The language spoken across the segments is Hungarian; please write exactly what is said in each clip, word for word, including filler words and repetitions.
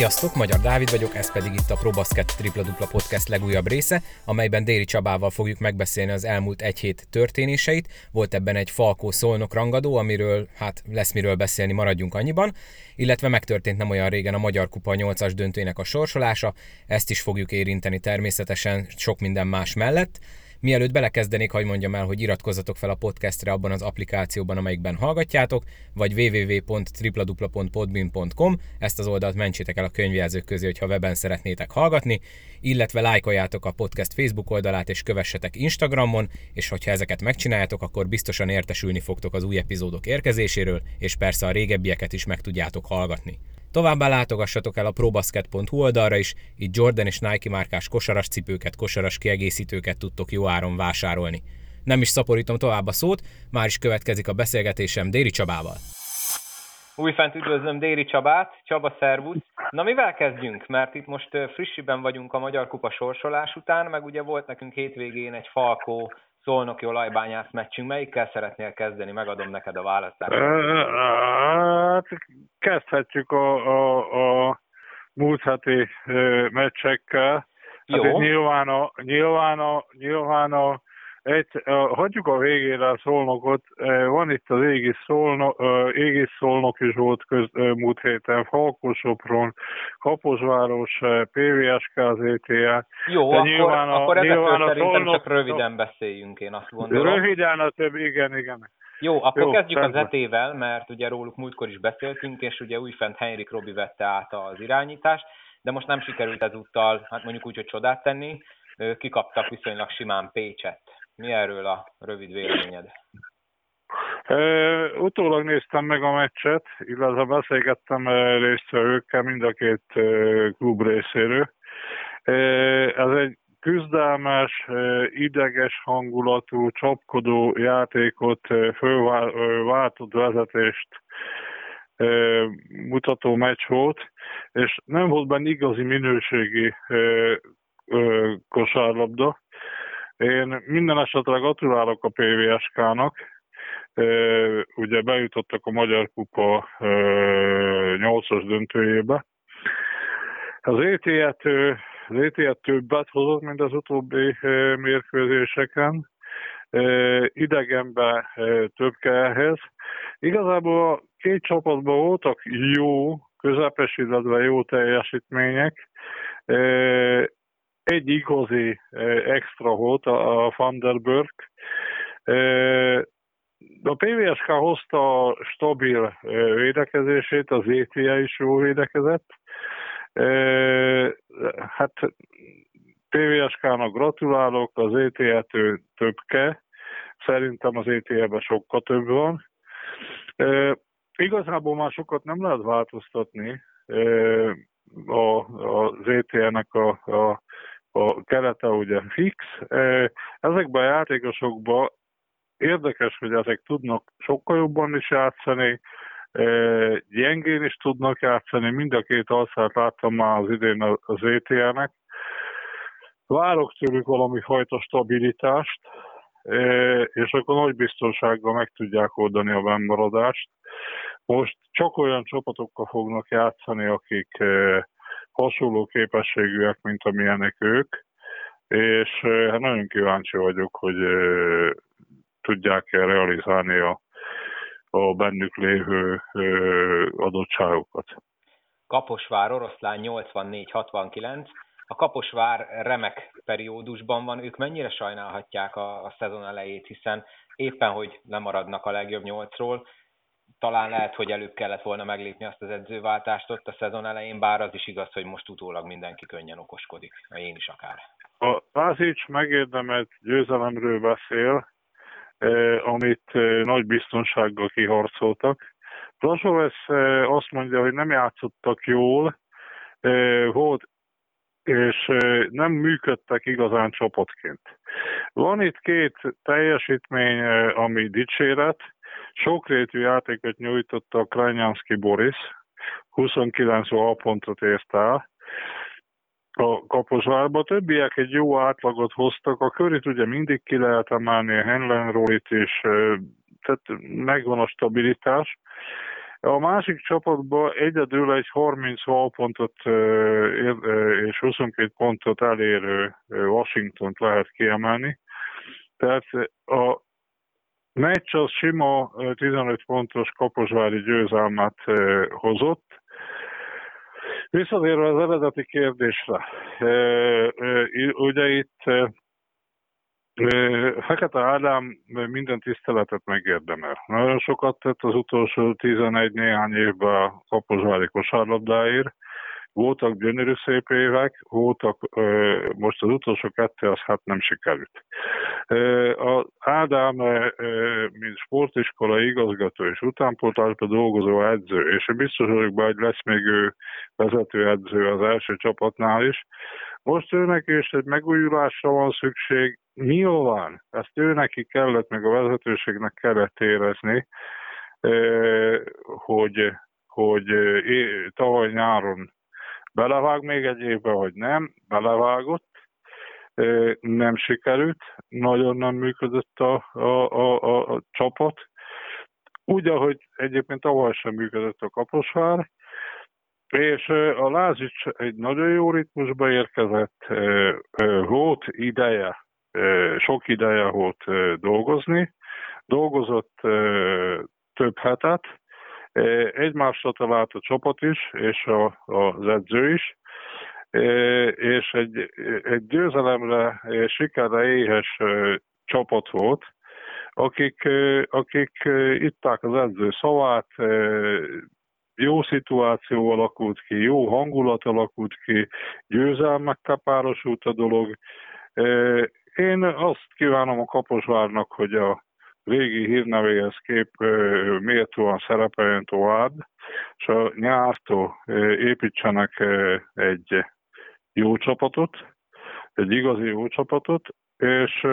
Sziasztok, Magyar Dávid vagyok, ez pedig itt a ProBasket Tripla Dupla Podcast legújabb része, amelyben Déri Csabával fogjuk megbeszélni az elmúlt egy hét történéseit. Volt ebben egy Falkó Szolnok rangadó, amiről hát lesz miről beszélni, maradjunk annyiban, illetve megtörtént nem olyan régen a Magyar Kupa nyolcas döntőjének a sorsolása, ezt is fogjuk érinteni természetesen sok minden más mellett. Mielőtt belekezdenék, hadd mondjam el, hogy iratkozzatok fel a podcastre abban az applikációban, amelyikben hallgatjátok, vagy double-u double-u double-u pont tripladupla pont podbean pont com, ezt az oldalt mentsétek el a könyvjelzők közé, hogyha weben szeretnétek hallgatni, illetve lájkoljátok a podcast Facebook oldalát, és kövessetek Instagramon, és hogyha ezeket megcsináljátok, akkor biztosan értesülni fogtok az új epizódok érkezéséről, és persze a régebbieket is meg tudjátok hallgatni. Továbbá látogassatok el a probasket pont hu oldalra is, itt Jordan és Nike márkás kosaras cipőket, kosaras kiegészítőket tudtok jó áron vásárolni. Nem is szaporítom tovább a szót, már is következik a beszélgetésem Déri Csabával. Újfent üdvözlöm Déri Csabát. Csaba, szervusz! Na, mivel kezdjünk? Mert itt most frissiben vagyunk a Magyar Kupa sorsolás után, meg ugye volt nekünk hétvégén egy Falkó Szolnoki olajbányász meccsünk. Melyikkel szeretnél kezdeni? Megadom neked a választást. Hát kezdhetjük a, a, a múlt heti meccsekkel. Jó. Hát nyilván a, nyilván a, nyilván a egy, a, hagyjuk a végére a Szolnokot. Van itt az Égis Szolnok, Égis Szolnok is volt köz, múlt héten, Falkó Sopron, Kaposváros, pé vé es ká, az é té á. Jó, akkor, nyilván a, akkor ezekről szerintem Szolnok, csak röviden beszéljünk, én azt gondolom. Röviden a több, igen, igen. Jó, akkor Jó, kezdjük persze. az etével, mert ugye róluk múltkor is beszéltünk, és ugye újfent Henrik Robi vette át az irányítást, de most nem sikerült ezúttal, hát mondjuk úgy, hogy csodát tenni, kikaptak viszonylag simán Pécset. Mi erről a rövid véleményed? Uh, utólag néztem meg a meccset, illetve beszélgettem uh, résztvevőkkel mind a két uh, klub részéről. Uh, ez egy küzdelmes, uh, ideges hangulatú, csapkodó játékot, uh, fölváltott vezetést uh, mutató meccs volt, és nem volt benne igazi minőségi uh, uh, kosárlabda. Én minden esetre gratulálok a pé vé es ká-nak. Uh, ugye bejutottak a Magyar Kupa uh, nyolcas döntőjébe. Az é té á többet hozott, mint az utóbbi uh, mérkőzéseken. Uh, idegenben uh, több kell ehhez. Igazából a két csapatban voltak jó, közepes, illetve jó teljesítmények. Uh, Egy igazi uh, extra volt a, a Van der Burg. Uh, A pé vé es ká hozta a stabil uh, védekezését, az é té á is jó védekezett. Uh, hát pé vé es ká-nak gratulálok, az é té á-től több kell. Szerintem az é té á-ben sokkal több van. Uh, igazából már sokat nem lehet változtatni uh, a, az é té á-nek a, a A kerete ugye fix. Ezekben a játékosokban érdekes, hogy ezek tudnak sokkal jobban is játszani, gyengén is tudnak játszani, mind a két alszát láttam már az idén az é té á-nek. Várok tőlük valami fajta stabilitást, és akkor nagy biztonsággal meg tudják oldani a bennmaradást. Most csak olyan csapatokkal fognak játszani, akik hasonló képességűek, mint amilyenek ők, és hát nagyon kíváncsi vagyok, hogy uh, tudják-e realizálni a, a bennük lévő uh, adottságokat. Kaposvár, Oroszlán nyolcvannégy hatvankilenc. A Kaposvár remek periódusban van, ők mennyire sajnálhatják a, a szezon elejét, hiszen éppen, hogy lemaradnak a legjobb nyolcról, talán lehet, hogy előbb kellett volna meglépni azt az edzőváltást ott a szezon elején, bár az is igaz, hogy most utólag mindenki könnyen okoskodik, én is akár. A Lázics megérdemelt győzelemről beszél, eh, amit eh, nagy biztonsággal kiharcoltak. Bražovec eh, azt mondja, hogy nem játszottak jól, eh, volt, és eh, nem működtek igazán csapatként. Van itt két teljesítmény, eh, ami dicséret. Sokrétű játékot nyújtott a Krajnjanszki Boris, huszonkilenc alpontot ért el a Kaposvárba. Többiek egy jó átlagot hoztak, a Curryt ugye mindig ki lehet emelni, a Henlen Rollit is, tehát megvan a stabilitás. A másik csapatban egyedül egy harminc pontot és huszonkét pontot elérő Washingtont lehet kiemelni. Tehát a meccs az sima tizenöt pontos kaposvári győzelmet hozott. Visszatérve az eredeti kérdésre, ugye itt Fekete Ádám minden tiszteletet megérdemel. Nagyon sokat tett az utolsó tizenegy néhány évben a kaposvári kosárlabdáért. Voltak gyönyörű szép évek, voltak, most az utolsó kettő, az hát nem sikerült. Az Ádám, mint sportiskola igazgató és utánpótlásban dolgozó edző, és biztos vagyok benne, hogy lesz még ő vezetőedző az első csapatnál is. Most őnek is egy megújulásra van szükség. Nyilván ezt őneki kellett, meg a vezetőségnek kellett érezni, hogy, hogy tavaly nyáron belevág még egy évben, hogy nem, belevágott, nem sikerült, nagyon nem működött a, a, a, a csapat. Úgy, ahogy egyébként tavaly sem működött a Kaposvár, és a Lázics egy nagyon jó ritmusba érkezett, volt ideje, sok ideje volt dolgozni, dolgozott több hetet, egymásra talált a csapat is, és a, az edző is, és egy, egy győzelemre, sikerre éhes csapat volt, akik, akik itták az edző szavát, jó szituáció alakult ki, jó hangulat alakult ki, győzelmekkel párosult a dolog. Én azt kívánom a Kaposvárnak, hogy a régi hírnevéhez kép méltóan szerepeljen tovább, és a nyártól építsenek egy jó csapatot, egy igazi jó csapatot, és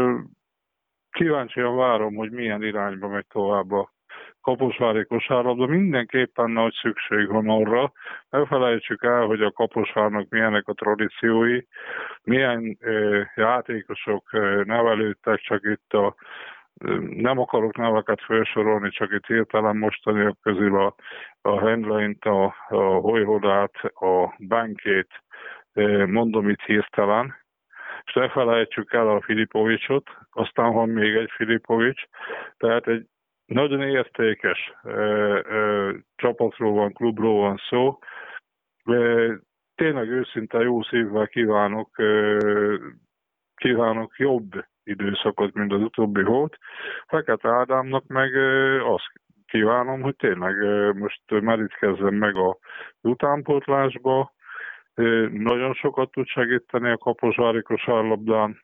kíváncsian várom, hogy milyen irányba megy tovább a kaposvári kosárlabda. Mindenképpen nagy szükség van arra, ne felejtsük el, hogy a Kaposvárnak milyenek a tradíciói, milyen játékosok nevelődtek, csak itt a nem akarok neveket felsorolni, csak itt hirtelen mostaniak közül a, a Hendleint, a, a Hojhodát, a Bankét, mondom itt hirtelen, és ne felejtsük el a Filipovicsot, aztán van még egy Filipovics, tehát egy nagyon értékes ö, ö, csapatról van, klubról van szó. Ö, tényleg őszinte jó szívvel kívánok, ö, kívánok jobb időszakot, mint az utóbbi volt. Fekete Ádámnak meg ö, azt kívánom, hogy tényleg ö, most merítkezzen meg az utánpótlásba. Ö, nagyon sokat tud segíteni a kaposvári kosárlabdán,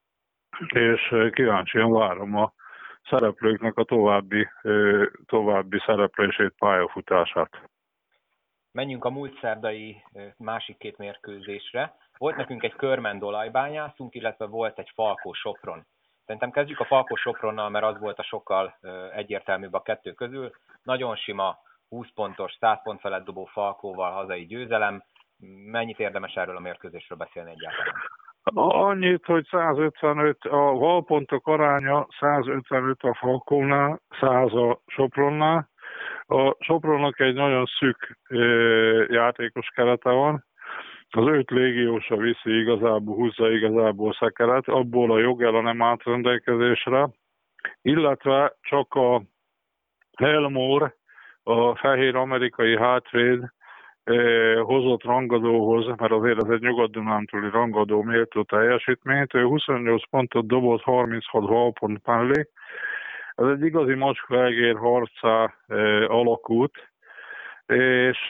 és kíváncsian várom a szereplőknek a további, további szereplését, pályafutását. Menjünk a múlt szerdai másik két mérkőzésre. Volt nekünk egy Körmen olajbányászunk, illetve volt egy Falkó Sopron. Szerintem kezdjük a Falkó Sopronnal, mert az volt a sokkal egyértelműbb a kettő közül. Nagyon sima, húsz pontos, száz pont felett dobó Falkóval hazai győzelem. Mennyit érdemes erről a mérkőzésről beszélni egyáltalán? Annyit, hogy százötvenöt a valpontok aránya, százötvenöt a Falkónál, száz a Sopronnál. A Sopronnak egy nagyon szűk játékos kerete van. Az öt légiósa viszi igazából, húzza igazából szekeret, abból a jogella nem állt rendelkezésre, illetve csak a Helmore, a fehér amerikai hátvéd, hozott rangadóhoz, mert azért ez egy nyugat-dunántúli rangadó méltó teljesítményt. Ő huszonnyolc pontot dobott harminchat valpont mellé. Ez egy igazi macskaegér harcá alakult, és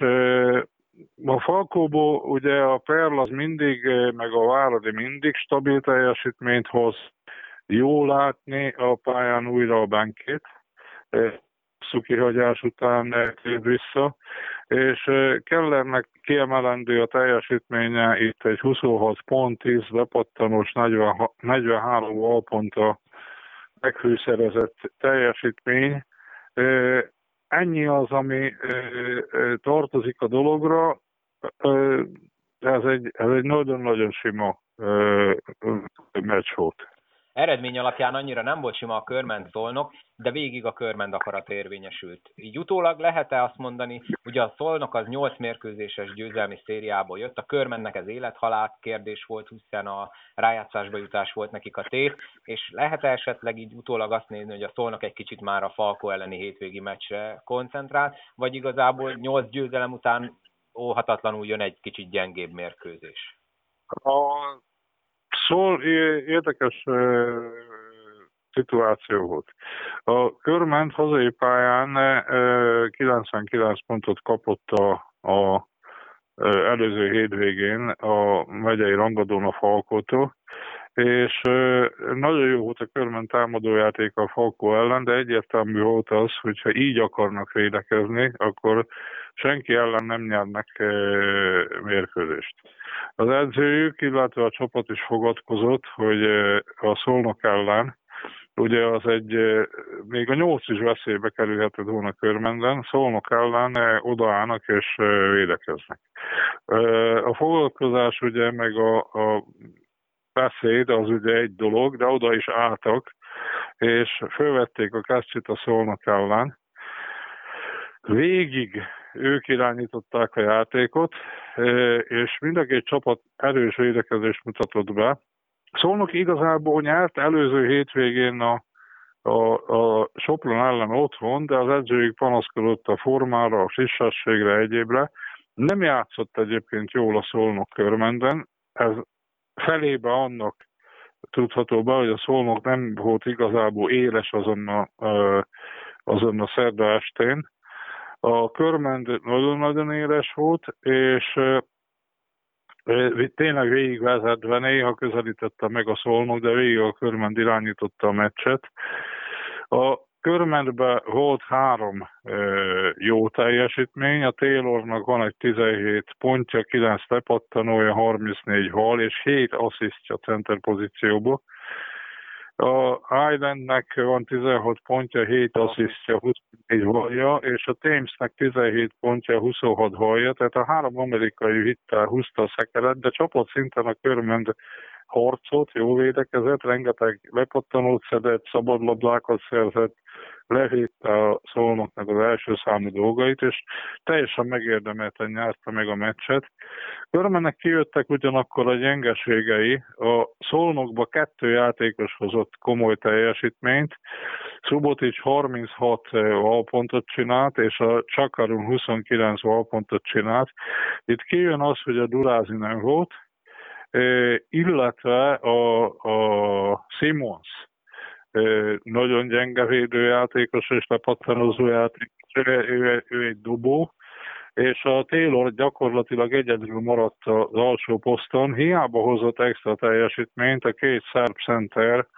a Falkóból ugye a Perl az mindig, meg a Váradi mindig stabil teljesítményt hoz. Jó látni a pályán újra a Bankét, kihagyás után tér vissza, és Kellernek kiemelendő a teljesítménye, itt egy huszonhat pont, tíz bepattanós, negyvenhárom valpont a megfűszerezett teljesítmény. Ennyi az, ami tartozik a dologra, ez egy, ez egy nagyon-nagyon sima meccs volt. eredmény alapján annyira nem volt sima a Körmend Szolnok, de végig a Körmend akarat érvényesült. Így utólag lehet-e azt mondani, ugye a Szolnok az nyolc mérkőzéses győzelmi szériából jött, a Körmendnek ez élethalál kérdés volt, hiszen a rájátszásba jutás volt nekik a tét, és lehet-e esetleg így utólag azt nézni, hogy a Szolnok egy kicsit már a Falkó elleni hétvégi meccsre koncentrál, vagy igazából nyolc győzelem után óhatatlanul jön egy kicsit gyengébb mérkőzés? A Szól érdekes uh, szituáció volt. A Körmend hazai pályán uh, kilencvenkilenc pontot kapott a, a uh, előző hétvégén a megyei rangadón a Falkótól, és uh, nagyon jó volt a Körmend támadójáték a Falkó ellen, de egyértelmű volt az, hogyha így akarnak védekezni, akkor senki ellen nem nyernek uh, mérkőzést. Az edzőjük, illetve a csapat is fogadkozott, hogy a Szolnok ellen, ugye az egy, még a nyolc is veszélybe kerülhetett volna Körmenden, Szolnok ellen odaállnak és védekeznek. A fogadkozás ugye meg a, a beszéd az ugye egy dolog, de oda is álltak, és fölvették a kesztyűt a Szolnok ellen. Végig ők irányították a játékot, és mind a két csapat erős védekezést mutatott be. Szolnok igazából nyert előző hétvégén a, a, a Sopron ellen otthon, de az edzőjük panaszkodott a formára, a frissességre, egyébre. Nem játszott egyébként jól a Szolnok Körmenden. Ez felébe annak tudható be, hogy a Szolnok nem volt igazából éles azon a, azon a szerda estén. A Körmend nagyon-nagyon éles volt, és tényleg végigvezetve, néha közelítette meg a Szolnok, de végig a Körmend irányította a meccset. A Körmendben volt három jó teljesítmény, a Taylornak van egy tizenhét pontja, kilenc lepattanója, harmincnégy hal és hét asszisztja center pozícióból. A Islandnek van tizenhat pontja, hét asszisztja, huszonnégy halja, és a Thamesnek tizenhét pontja, huszonhat halja, tehát a három amerikai vittel húzta a szekeret, de csapatszinten a Körmend harcot, jó védekezett, rengeteg lepattanót szedett, szabadlabdákat szerzett, levédte a Szolnoknak az első számú dolgait, és teljesen megérdemelten nyerte meg a meccset. Körmendnek kijöttek ugyanakkor a gyengeségei, a Szolnokba kettő játékos hozott komoly teljesítményt, Subotics harminchat valpontot csinált, és a Csakarun huszonkilenc valpontot csinált. Itt kijön az, hogy a Durázi nem volt, illetve a, a Simons nagyon gyenge védőjátékos és lepattanozó játékos, ő, ő, ő egy dobó, és a Taylor gyakorlatilag egyedül maradt az alsó poszton, hiába hozott extra teljesítményt, a két szerb center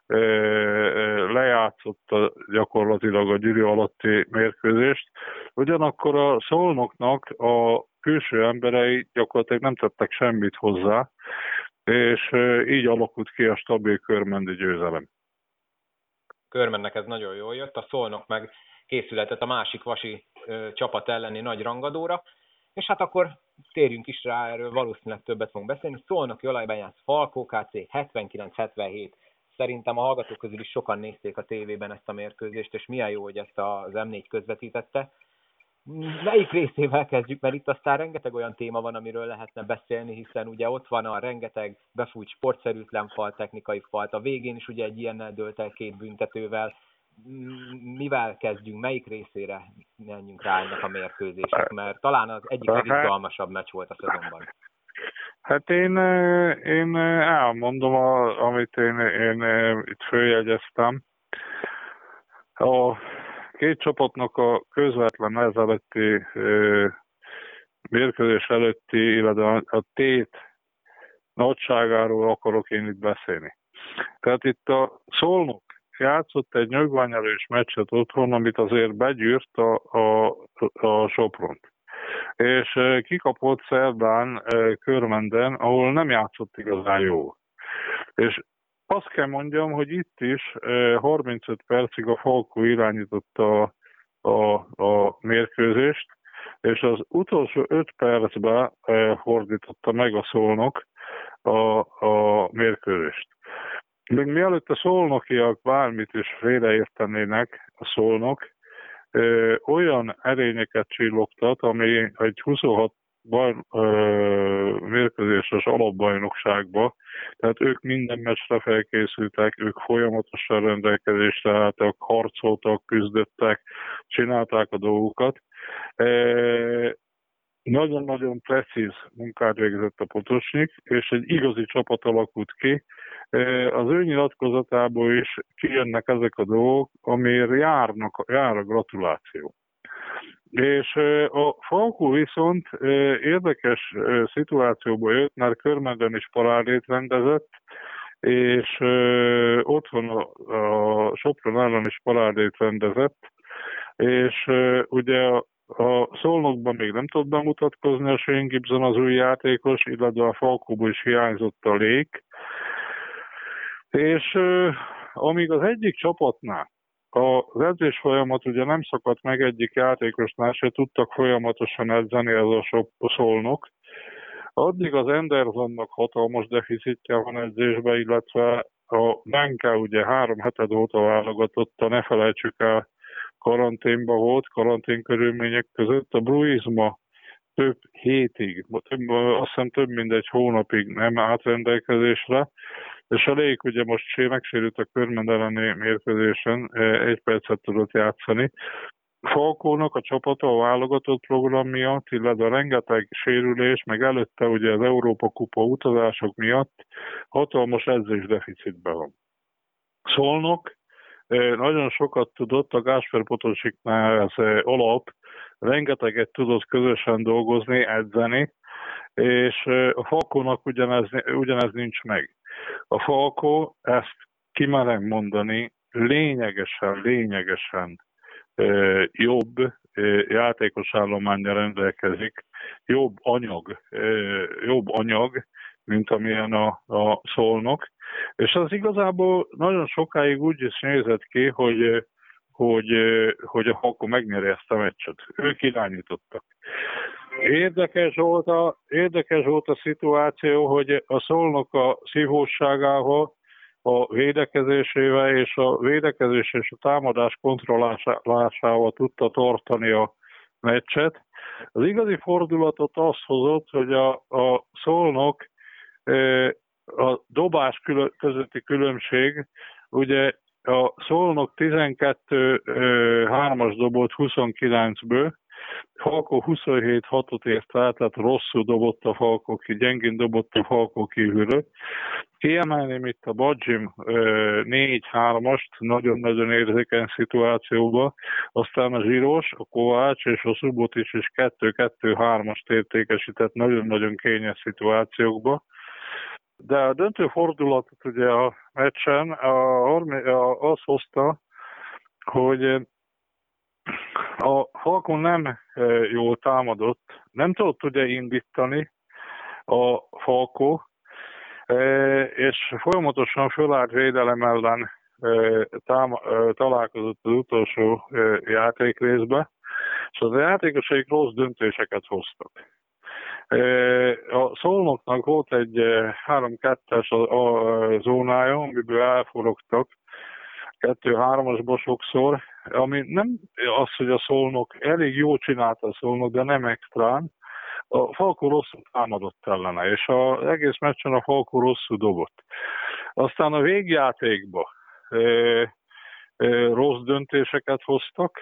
lejátszotta gyakorlatilag a Győri alatti mérkőzést. Ugyanakkor a Szolnoknak a külső emberei gyakorlatilag nem tettek semmit hozzá, és így alakult ki a stabil körmendi győzelem. Körmendnek ez nagyon jól jött, a Szolnok meg készületett a másik vasi ö, csapat elleni nagy rangadóra, és hát akkor térjünk is rá, erről valószínűleg többet fogunk beszélni. Szolnoki olajbányász Falkó ká cé hetvenkilenc hetvenhét. Szerintem a hallgatók közül is sokan nézték a tévében ezt a mérkőzést, és milyen jó, hogy ezt az em négy közvetítette. Melyik részével kezdjük, mert itt aztán rengeteg olyan téma van, amiről lehetne beszélni, hiszen ugye ott van a rengeteg befújt sportszerűtlen fal, technikai falt, a végén is ugye egy ilyennel dőlt el két büntetővel. Mivel kezdjünk, melyik részére menjünk rá ennek a mérkőzésnek, mert talán az egyik legizgalmasabb meccs volt a szezonban. Hát én, én elmondom, a, amit én, én itt följegyeztem. A két csapatnak a közvetlen ezelőtti mérkőzés előtti, illetve a tét nagyságáról akarok én itt beszélni. Tehát itt a Szolnok játszott egy nyögványelős meccset otthon, amit azért begyűrt a, a, a Sopront. És kikapott szerdán Körmenden, ahol nem játszott igazán jól. És azt kell mondjam, hogy itt is harmincöt percig a Falkó irányította a, a, a mérkőzést, és az utolsó öt percben fordította meg a Szolnok a, a mérkőzést. még mielőtt a szolnokiak bármit is félreértenének a Szolnok, ö, olyan erényeket csillogtat, ami egy huszonhat baj, ö, mérkőzéses alapbajnokságba, tehát ők minden meccsre felkészültek, ők folyamatosan rendelkezésre álltak, harcoltak, küzdöttek, csinálták a dolgukat. Ö, Nagyon-nagyon precíz munkát végzett a Potosnyik, és egy igazi csapat alakult ki. Az ő nyilatkozatából is kijönnek ezek a dolgok, amiért járnak, jár a gratuláció. És a Falkó viszont érdekes szituációból jött, mert Körmenden is parádét rendezett, és otthon a, a Sopron ellen is parádét rendezett, és ugye a A Szolnokban még nem tudott bemutatkozni a Shane Gibson az új játékos, illetve a Falkóból is hiányzott a Lék. És euh, amíg az egyik csapatnál az edzés folyamat ugye nem szakadt meg egyik játékosnál, se tudtak folyamatosan edzeni ez a Szolnok, addig az Andersonnak hatalmas deficitje van edzésben, illetve a Benke ugye három heted óta válogatotta, ne felejtsük el, karanténban volt, karantén körülmények között. A Bruizma több hétig, több, azt hiszem több mint egy hónapig nem állt rendelkezésre, és a Lék ugye most megsérült a Körmend elleni mérkőzésen, egy percet tudott játszani. Falkónak a csapata a válogatott program miatt, illetve a rengeteg sérülés, meg előtte ugye az Európa Kupa utazások miatt hatalmas edzésdeficitben van. Szolnok nagyon sokat tudott, a Gáspár Potocsiknál ez alap, rengeteget tudott közösen dolgozni, edzeni, és a Falkónak ugyanez, ugyanez nincs meg. A Falkó, ezt kimerem mondani, lényegesen, lényegesen jobb játékos állománnyal rendelkezik, jobb anyag, jobb anyag, mint amilyen a, a Szolnok. És az igazából nagyon sokáig úgy is nézett ki, hogy, hogy, hogy a Falkó megnyeri ezt a meccset. Ők irányítottak. Érdekes volt a, érdekes volt a szituáció, hogy a Szolnok a szívósságával, a védekezésével és a védekezés és a támadás kontrollálásával tudta tartani a meccset. Az igazi fordulatot azt hozott, hogy a, a Szolnok a dobás közötti különbség, ugye a Szolnok tizenkettő hármas dobott huszonkilencből, Falkó huszonhét hatot ért át, tehát rosszul dobott a Falkó ki, gyengén dobott a Falkó kívülről. Kiemelném itt a Badzsim négy hármast, nagyon-nagyon érzékeny szituációba, aztán a Zsiros, a Kovács és a Szubotics is kettő kettő hármast értékesített nagyon-nagyon kényes szituációkba. De a döntő fordulatot ugye a meccsen az hozta, hogy a Falkó nem jól támadott, nem tudott ugye indítani a Falkó, és folyamatosan fölállt védelem ellen találkozott az utolsó játékrészbe, és az a játékosaik rossz döntéseket hoztak. A Szolnoknak volt egy három kettes zónája, amiből elforogtak kettő hármasba sokszor, ami nem az, hogy a Szolnok elég jól csinálta a Szolnok, de nem extrán. A Falkó rosszul támadott ellene, és az egész meccsen a Falkó rosszul dobott. Aztán a végjátékban e, e, rossz döntéseket hoztak,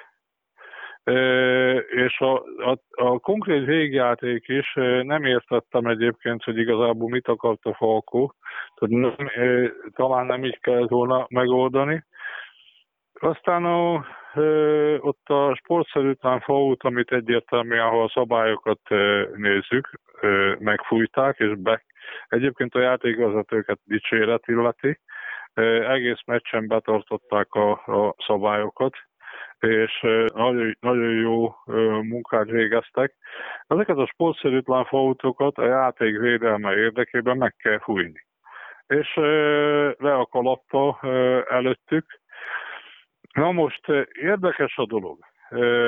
és a, a, a konkrét végjáték is nem értettem egyébként, hogy igazából mit akart a Falkó, tehát nem, talán nem így kellett volna megoldani. Aztán a, ott a sportszerűtlen fault, amit egyértelműen, ahol a szabályokat nézzük, megfújták, és be, egyébként a játékvezetőket dicséret illeti, egész meccsen betartották a, a szabályokat, és nagyon, nagyon jó munkát végeztek. Ezeket a sportszerűtlen faultokat a játék védelme érdekében meg kell fújni. És le a kalappa előttük. Na most érdekes a dolog.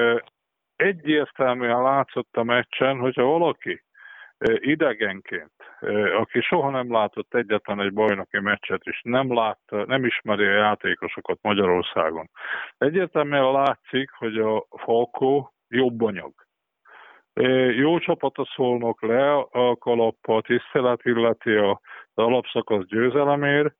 Egyértelműen látszott a meccsen, hogyha valaki idegenként aki soha nem látott egyetlen egy bajnoki meccset is, nem látta, nem ismeri a játékosokat Magyarországon. Egyértelműen látszik, hogy a Falkó jobb anyag. Jó csapat a Szolnok, le a kalappal, tisztelet illeti az alapszakasz győzelemért.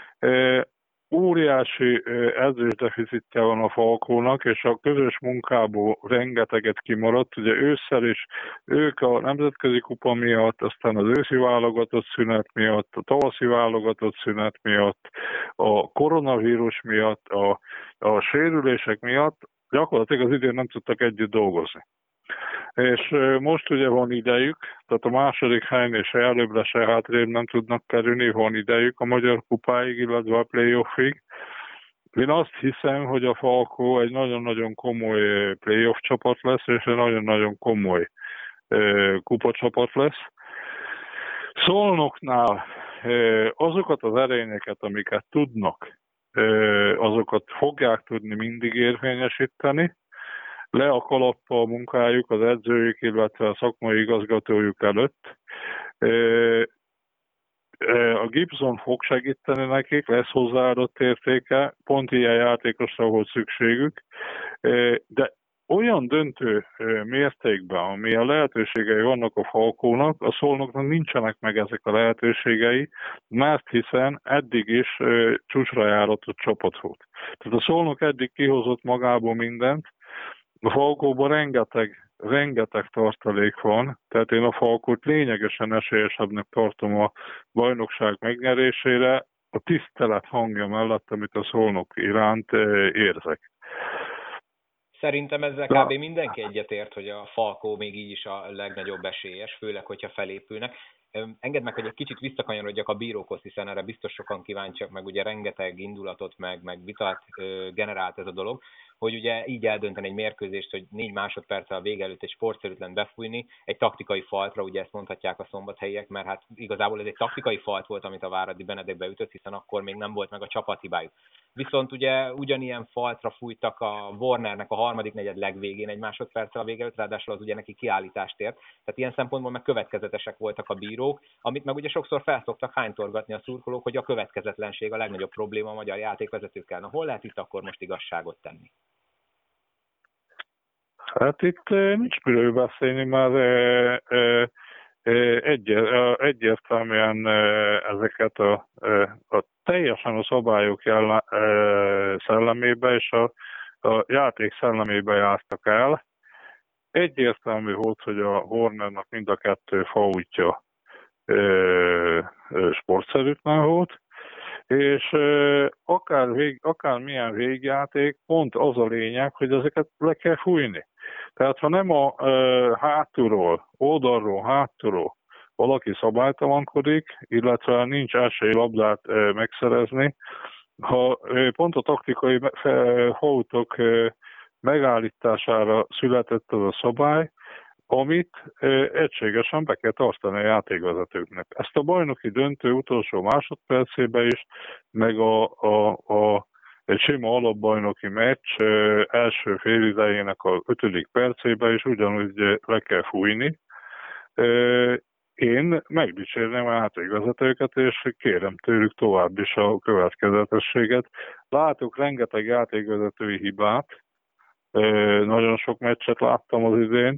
Óriási edzésdeficitje van a Falkónak, és a közös munkából rengeteget kimaradt. Ugye ősszel is ők a nemzetközi kupa miatt, aztán az őszi válogatott szünet miatt, a tavaszi válogatott szünet miatt, a koronavírus miatt, a, a sérülések miatt gyakorlatilag az idén nem tudtak együtt dolgozni. És most ugye van idejük, tehát a második helyen és előbbre se hátrébb nem tudnak kerülni, van idejük a Magyar Kupáig, illetve a playoffig. Én azt hiszem, hogy a Falkó egy nagyon-nagyon komoly playoff csapat lesz, és egy nagyon-nagyon komoly kupacsapat lesz. Szolnoknál azokat az erényeket, amiket tudnak, azokat fogják tudni mindig érvényesíteni, le a kalappal a munkájuk az edzőjük, illetve a szakmai igazgatójuk előtt. A Gibson fog segíteni nekik, lesz hozzáadott értéke, pont ilyen játékosra volt szükségük, de olyan döntő mértékben, ami a lehetőségei vannak a Falkónak, a Szolnoknak nincsenek meg ezek a lehetőségei, mert hiszen eddig is csúcsra járatott csapat volt. Tehát a Szolnok eddig kihozott magából mindent, a Falkóban rengeteg, rengeteg tartalék van, tehát én a Falkót lényegesen esélyesebbnek tartom a bajnokság megnyerésére, a tisztelet hangja mellett, amit a Szolnok iránt érzek. Szerintem ezzel kb. Mindenki egyetért, hogy a Falkó még így is a legnagyobb esélyes, főleg, hogyha felépülnek. Engedd meg, hogy egy kicsit visszakanyarodjak a bírókhoz, hiszen erre biztos sokan kíváncsiak, meg ugye rengeteg indulatot, meg, meg vitát generált ez a dolog, hogy ugye így eldönteni egy mérkőzést, hogy négy másodperccel a vége előtt egy sportszerűtlen befújni, egy taktikai faltra, ugye ezt mondhatják a szombathelyiek, mert hát igazából ez egy taktikai falt volt, amit a Váradi Benedek beütött, hiszen akkor még nem volt meg a csapathibájuk. Viszont ugye ugyanilyen faltra fújtak a Warnernek a harmadik negyed legvégén egy másodperccel a vége előtt, ráadásul az ugye neki kiállítást ért. Tehát ilyen szempontból meg következetesek voltak a bírók, amit meg ugye sokszor felszoktak hánytorgatni a szurkolók, hogy a következetlenség a legnagyobb probléma a magyar játékvezetőkkel. Na hol lehet itt akkor most igazságot tenni? Hát itt nincs miről beszélni, mert egyértelműen ezeket a, a teljesen a szabályok jellem, szellemébe és a, a játék szellemébe jártak el. Egyértelmű volt, hogy a Hornernak mind a kettő faultja sportszerűtlen volt, és akár, vég, akár milyen végjáték, pont az a lényeg, hogy ezeket le kell fújni. Tehát ha nem a e, hátulról, oldalról, hátulról valaki szabálytalankodik, illetve nincs esély labdát e, megszerezni, ha e, pont a taktikai faultok e, megállítására született az a szabály, amit e, egységesen be kell tartani a játékvezetőknek. Ezt a bajnoki döntő utolsó másodpercében is, meg a, a, a egy sima alapbajnoki meccs első félidejének a ötödik percében is ugyanúgy le kell fújni. Én megdicsérném a játékvezetőket, és kérem tőlük tovább is a következetességet. Látok rengeteg játékvezetői hibát, nagyon sok meccset láttam az idén.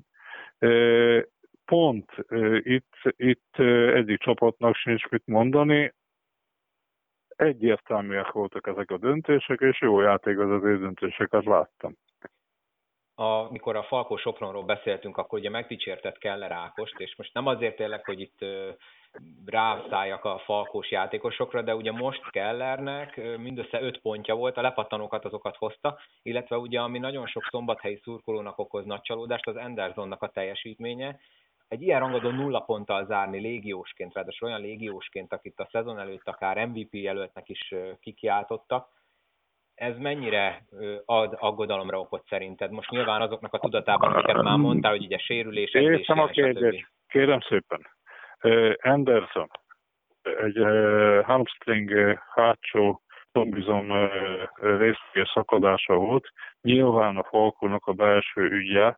Pont itt, itt egyik csapatnak sincs mit mondani, egyértelműek voltak ezek a döntések, és jó játékvezető döntéseket láttam. A, mikor a Falkó Sopronról beszéltünk, akkor ugye megdicsértett Keller Ákost, és most nem azért tényleg, hogy itt rászálljak a falkós játékosokra, de ugye most Kellernek mindössze öt pontja volt, a lepattanókat azokat hozta, illetve ugye ami nagyon sok szombathelyi szurkolónak okoz nagy csalódást, az Andersonnak a teljesítménye. Egy ilyen rangadón nulla ponttal zárni légiósként, ráadásul olyan légiósként, akit a szezon előtt akár em vé pé jelöltnek is kikiáltottak, ez mennyire ad aggodalomra okot szerinted? Most nyilván azoknak a tudatában, amiket már mondtál, hogy ugye sérülés, edzés, stb. Kérem szépen. Anderson egy hamstring hátsó tombizom részleges szakadása volt. Nyilván a Falkónak a belső ügye,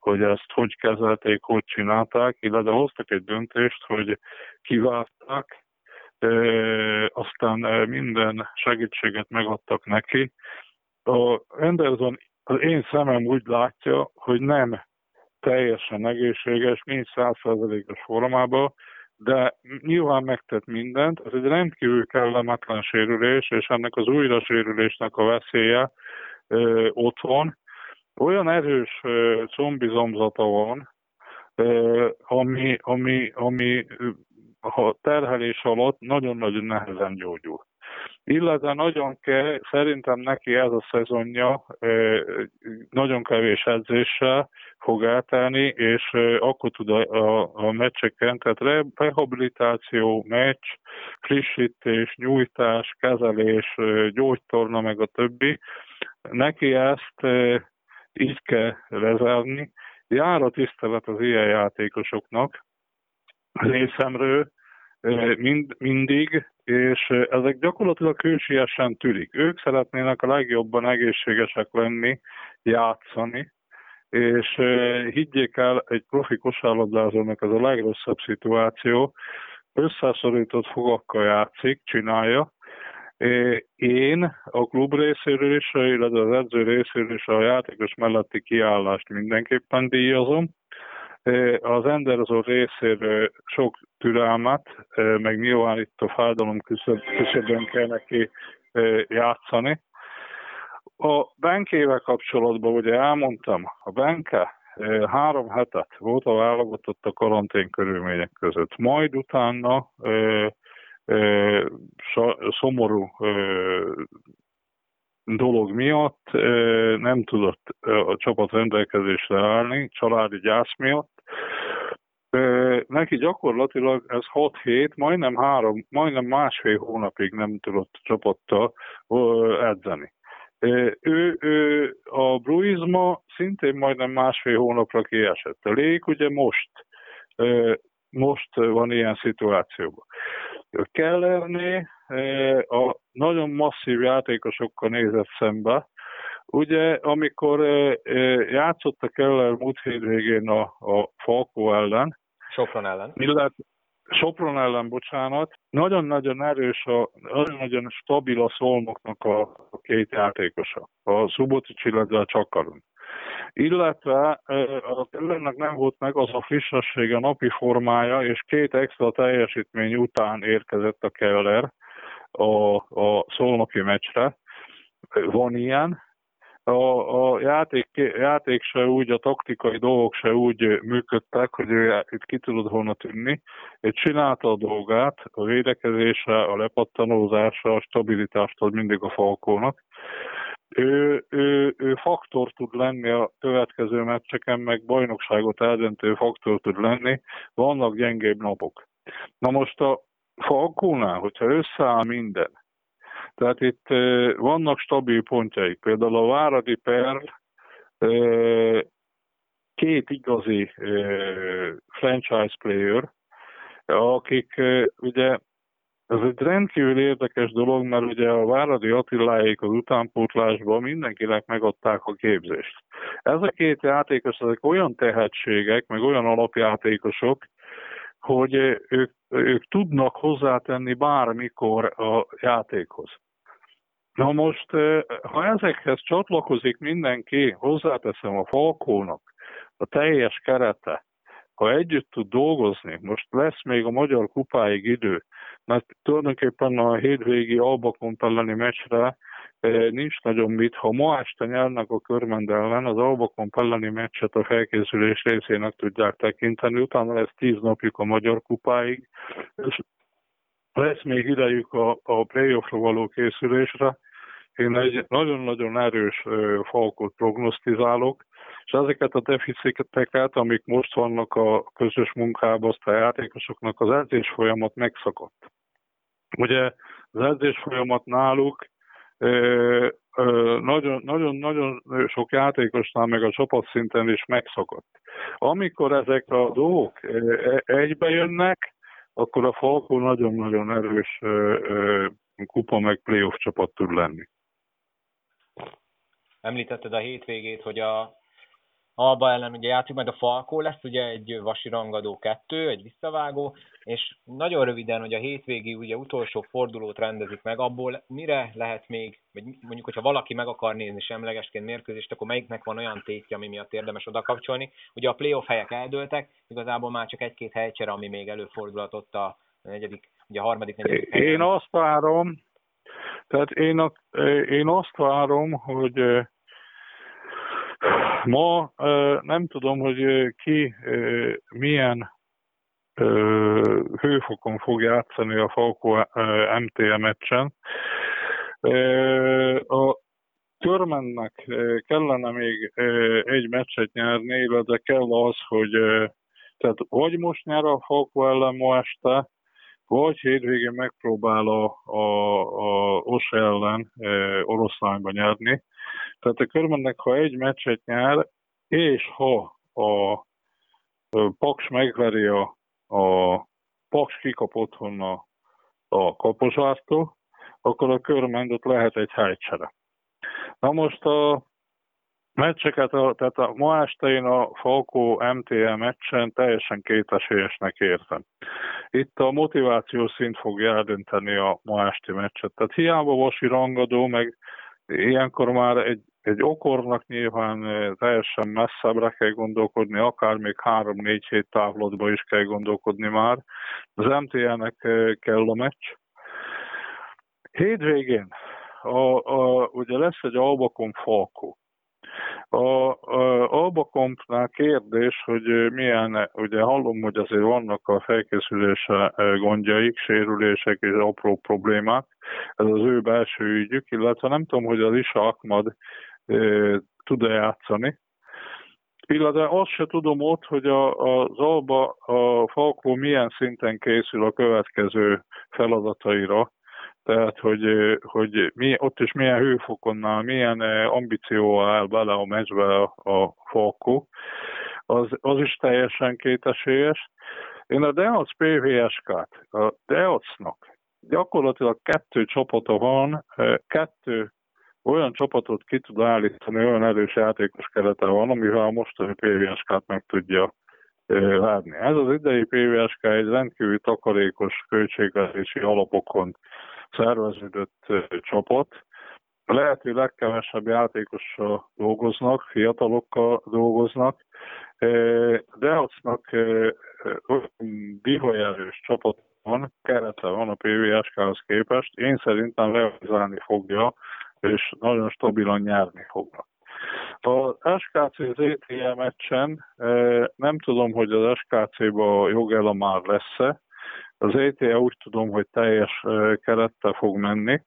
hogy ezt hogy kezelték, hogy csinálták, illetve hoztak egy döntést, hogy kiválták, e, aztán minden segítséget megadtak neki. A Anderson az én szemem úgy látja, hogy nem teljesen egészséges, nincs száz százalékos formában, de nyilván megtett mindent. Ez egy rendkívül kellemetlen sérülés, és ennek az újra sérülésnek a veszélye ö, ott van. Olyan erős ö, combizomzata van, ö, ami, ami, ami a terhelés alatt nagyon-nagyon nehezen gyógyul. Illetve nagyon kell, szerintem neki ez a szezonja nagyon kevés edzéssel fog eltelni, és akkor tud a, a, a meccseken, tehát rehabilitáció, meccs, frissítés, nyújtás, kezelés, gyógytorna, meg a többi. Neki ezt így kell lezárni. Jár a tisztelet az ilyen játékosoknak részemről, Mind, mindig, és ezek gyakorlatilag hősiesen tűrik. Ők szeretnének a legjobban egészségesek lenni, játszani, és higgyék el, egy profi kosárlabdázónak ez a legrosszabb szituáció, összeszorított fogakkal játszik, csinálja. Én a klub részéről is, illetve az edző részéről is a játékos melletti kiállást mindenképpen díjazom. Az Anderson részéről sok türelmet, meg nyilván itt a fájdalom küszöbön kell neki játszani. A Benkével kapcsolatban ugye elmondtam, a Benke három hetet volt a válogatott a karantén körülmények között. Majd utána ö, ö, szomorú ö, dolog miatt ö, nem tudott a csapat rendelkezésre állni, családi gyász miatt. Neki gyakorlatilag ez hat hét, majdnem három, majdnem másfél hónapig nem tudott csapattal edzeni. Ő, ő a Bruizma szintén majdnem másfél hónapra kiesett. A Lég ugye most, most van ilyen szituációban. A Kellerné a nagyon masszív játékosokkal nézett szembe. Ugye, amikor játszott a Keller múlt hétvégén a, a Falkó ellen, Sopron ellen. Illetve Sopron ellen, bocsánat, nagyon-nagyon erős, a, nagyon-nagyon stabil a Szolnoknak a, a két játékosa, a Subotics, illetve a Csakaron. Illetve a Kellernek nem volt meg az a frissessége, a napi formája, és két extra teljesítmény után érkezett a Keller a, a szolnoki meccsre. Van ilyen. A, a játék, játék se úgy, a taktikai dolgok se úgy működtek, hogy ő itt ki tudod volna tűnni. Ő csinálta a dolgát, a védekezésre, a lepattanózásra, a stabilitást ad mindig a Falkónak. Ő, ő, ő faktor tud lenni a következő meccseken, meg bajnokságot eldöntő faktor tud lenni, vannak gyengébb napok. Na most a Falkónál, hogyha összeáll minden, tehát itt uh, vannak stabil pontjaik. Például a Váradi Perl uh, két igazi uh, franchise player, akik uh, ugye ez egy rendkívül érdekes dolog, mert ugye a Váradi Attiláék az utánpótlásban mindenkinek megadták a képzést. Ez a két játékos, ezek olyan tehetségek, meg olyan alapjátékosok, hogy ők, ők tudnak hozzátenni bármikor a játékhoz. Na most, ha ezekhez csatlakozik mindenki, hozzáteszem a Falkónak, a teljes kerete, ha együtt tud dolgozni, most lesz még a Magyar Kupáig idő, mert tulajdonképpen a hétvégi Albakont elleni meccsre nincs nagyon mit. Ha ma este nyernek a Körmend ellen, az Albakont elleni meccset a felkészülés részének tudják tekinteni, utána lesz tíz napjuk a Magyar Kupáig, és lesz még idejük a, a playoffra való készülésre. Én egy nagyon-nagyon erős Falkot prognosztizálok, és ezeket a deficiteket, amik most vannak a közös munkában, azt a játékosoknak az edzés folyamat megszakadt. Ugye az edzés folyamat náluk nagyon-nagyon sok játékosnál, meg a csapatszinten is megszakadt. Amikor ezek a dolgok egybe jönnek, akkor a Falkó nagyon-nagyon erős kupa meg playoff csapat tud lenni. Említetted a hétvégét, hogy a Alba ellen ugye játszik, majd a Falkó lesz, ugye egy Vasi rangadó kettő, egy visszavágó, és nagyon röviden, hogy a hétvégi ugye utolsó fordulót rendezik meg, abból mire lehet még, vagy mondjuk, hogyha valaki meg akar nézni semlegesként mérkőzést, akkor melyiknek van olyan tétje, ami miatt érdemes oda kapcsolni. Ugye a playoff helyek eldőltek, igazából már csak egy-két helycsere, ami még előfordulhatott a negyedik, ugye a harmadik, negyedik helyen. Én azt várom, tehát én, a, én azt várom, hogy ma nem tudom, hogy ki milyen hőfokon fog játszani a Falkó em té e meccsen. A Körmennek kellene még egy meccset nyerni, illetve kell az, hogy tehát vagy most nyer a Falkó ellen ma este, vagy hétvégén megpróbál a, a, a Ose ellen e, Oroszlányba nyerni. Tehát a Körmennek, ha egy meccset nyer, és ha a, a Paks megveri a, a Paks kikap otthon a, a Kaposvártól, akkor a Körmendot lehet egy helycsere. Na most a meccseket, a, tehát a ma este én a Falkó em té e meccsen teljesen kétesélyesnek értem. Itt a motiváció szint fogja eldönteni a ma esti meccset. Tehát hiába Vasi rangadó, meg ilyenkor már egy, egy okornak nyilván teljesen messzebbre kell gondolkodni, akár még három-négy hét távlatba is kell gondolkodni már. Az em té e-nek kell a meccs. Hétvégén a, a, ugye lesz egy Albakom Falkó. A, a Albakompnál kérdés, hogy milyen, ugye hallom, hogy azért vannak a felkészülése gondjaik, sérülések és apró problémák, ez az ő belső ügyük, illetve nem tudom, hogy az Isa Ahmad e, tud-e játszani. Illetve azt se tudom ott, hogy a, az Alba, a Falkó milyen szinten készül a következő feladataira, tehát, hogy, hogy mi, ott is milyen hőfokonnál, milyen ambícióval áll bele a meccsbe a, a Falkó, az, az is teljesen kétesélyes. Én a Deac pé vé es ká-t, a Deacnak gyakorlatilag kettő csapata van, kettő olyan csapatot ki tud állítani, olyan erős játékos kerete van, amivel a mostani pé vé es ká-t meg tudja várni. Ez az idei pé vé es ká egy rendkívül takarékos költségvetési alapokon szerveződött csapat. A lehető legkevesebb játékossal dolgoznak, fiatalokkal dolgoznak. Deacnak bihajerős csapat van, kerete van a pé vé es ká-hoz képest. Én szerintem realizálni fogja, és nagyon stabilan nyerni fognak. Az es ká cé zé té e meccsen nem tudom, hogy az es ká cé-ba Jogella már lesz-e. Az é té e úgy tudom, hogy teljes kerettel fog menni.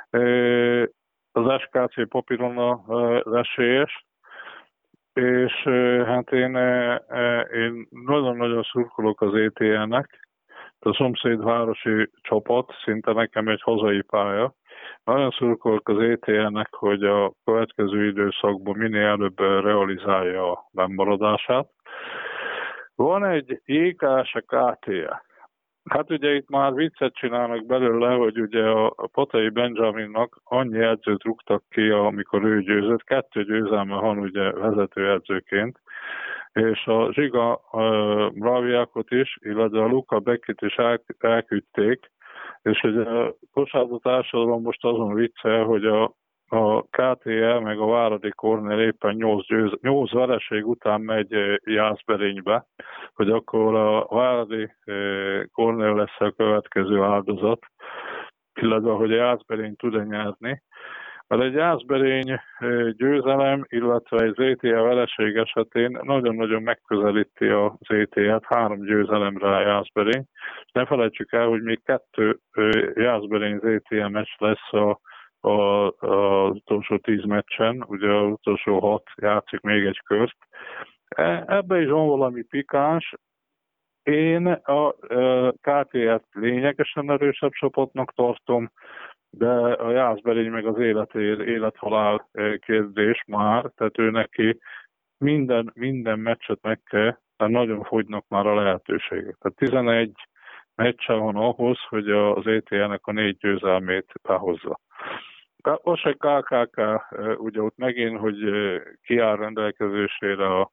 Az es ká cé papíron az esélyes, és hát én, én nagyon-nagyon szurkolok az é té e-nek. A szomszédvárosi csapat, szinte nekem egy hazai pálya. Nagyon szurkolok az é té e-nek, hogy a következő időszakban minél előbb realizálja a bennmaradását. Van egy jé ká es ká té e. Hát ugye itt már viccet csinálnak belőle, hogy ugye a Patai Benjaminnak annyi edzőt rúgtak ki, amikor ő győzött, kettő győzelme van ugye vezetőedzőként, és a Zsiga Mraviákot is, illetve a Luka Beckit is el, elküldték, és ugye a kosárlabda társadalom most azon viccel, hogy a, a ká té e meg a Váradi Kornél éppen nyolc vereség után megy Jászberénybe, hogy akkor a Váradi Kornél lesz a következő áldozat, illetve hogy a Jászberény tud-e nyerni. Mert egy Jászberény győzelem, illetve egy zé té e vereség esetén nagyon-nagyon megközelíti az zé té e-t, három győzelemre a Jászberény. És ne felejtsük el, hogy még kettő Jászberény zé té e meccs lesz a, a, az utolsó tíz meccsen, ugye az utolsó hat játszik még egy kört. Ebben is van valami pikáns. Én a ká té e-t lényegesen erősebb csapatnak tartom, de a Jászberény meg az életér, élethalál kérdés már, tehát ő neki minden, minden meccset meg kell, tehát nagyon fogynak már a lehetőségek. Tehát tizenegy meccse van ahhoz, hogy az é té e-nek a négy győzelmét behozza. Az se ká ká ká, ugye ott megint, hogy kiáll rendelkezésére a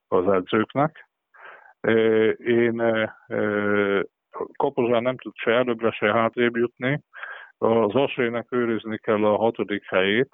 az edzőknek. Én Kaposvár nem tud se előbbre, se hátrébb jutni. Az Asrének őrizni kell a hatodik helyét.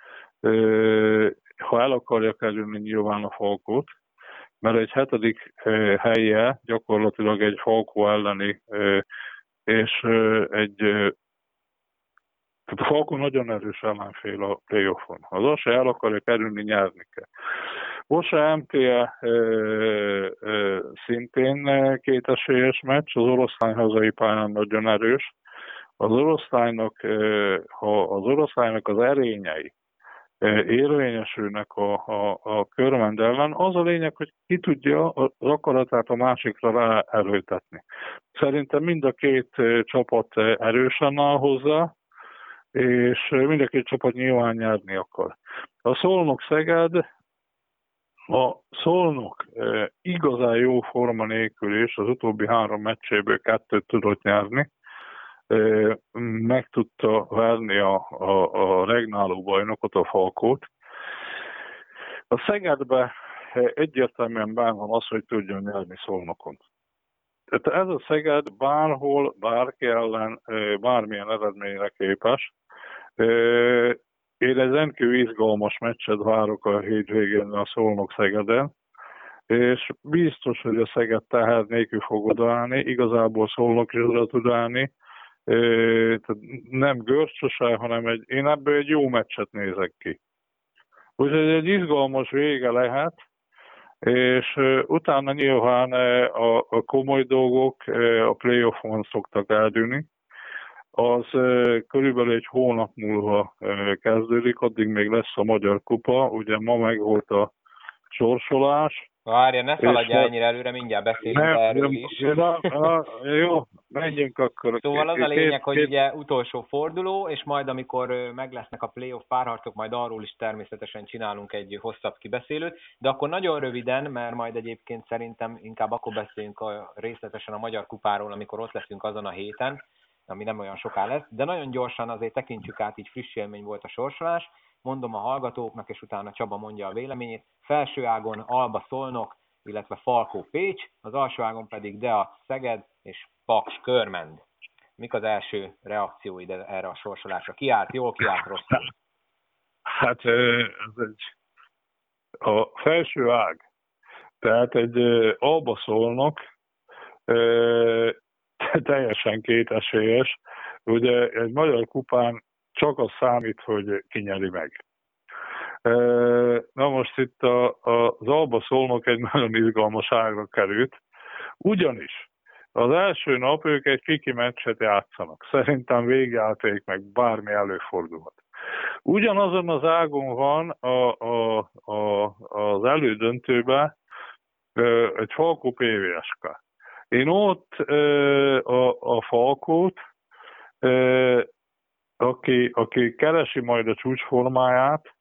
Ha el akarja kerülni nyilván a Falkót, mert egy hetedik helye gyakorlatilag egy Falkó elleni, és egy tehát a Falkó nagyon erős ellenfél a playoffon. Az Asre el akarja kerülni, nyerni kell. Osa em té e e, e, szintén kétesélyes meccs, az oroszlány hazai pályán nagyon erős. Az oroszlánynak, e, ha az oroszlánynak az erényei e, érvényesülnek a, a, a Körmend ellen, az a lényeg, hogy ki tudja az akaratát a másikra ráerőltetni. Szerintem mind a két csapat erősen áll hozzá, és mind a két csapat nyilván nyerni akar. A Szolnok-Szeged, a Szolnok e, igazán jó forma nélkül is az utóbbi három meccséből kettőt tudott nyerni. E, meg tudta verni a, a, a regnáló bajnokot, a Falkót. A Szegedbe egyértelműen benne van az, hogy tudjon nyerni Szolnokon. Tehát ez a Szeged bárhol, bárki ellen, e, bármilyen eredményre képes. E, Én egy rendkívül izgalmas meccset várok a hétvégén a Szolnok-Szegeden, és biztos, hogy a Szeged teher nélkül fog odaállni, igazából Szolnok is oda tud állni, nem görcsösen, hanem egy, én ebből egy jó meccset nézek ki. Úgyhogy egy izgalmas vége lehet, és utána nyilván a, a komoly dolgok a playoffon szoktak eldőlni. Az körülbelül egy hónap múlva kezdődik, addig még lesz a Magyar Kupa, ugye ma meg volt a sorsolás. Várja, ne szaladj ennyire előre, mindjárt beszélünk nem, erről nem, is. Na, na, jó, menjünk akkor. Szóval az a lényeg, hogy ugye utolsó forduló, és majd amikor meg lesznek a playoff párharcok, majd arról is természetesen csinálunk egy hosszabb kibeszélőt, de akkor nagyon röviden, mert majd egyébként szerintem inkább akkor beszéljünk a, részletesen a Magyar Kupáról, amikor ott leszünk azon a héten, ami nem olyan soká lesz, de nagyon gyorsan azért tekintsük át, így friss élmény volt a sorsolás. Mondom a hallgatóknak, és utána Csaba mondja a véleményét. Felső ágon Alba Szolnok, illetve Falkó Pécs, az alsó ágon pedig Deac Szeged és Paks Körmend. Mik az első reakcióid erre a sorsolásra? Ki állt jól, ki állt rosszul? Hát ez egy a felső ág, tehát egy Alba Szolnok teljesen kétesélyes. Ugye egy magyar kupán csak az számít, hogy ki nyeri meg. Na most itt a, a, az Alba Szolnok egy nagyon izgalmas ágra került, ugyanis az első nap ők egy kiki meccset játszanak. Szerintem végjáték meg bármi előfordulhat. Ugyanazon az ágon van a, a, a, az elődöntőben egy Falkó pé vé es ká. Én ott a, a Falkót, aki, aki keresi majd a csúcsformáját,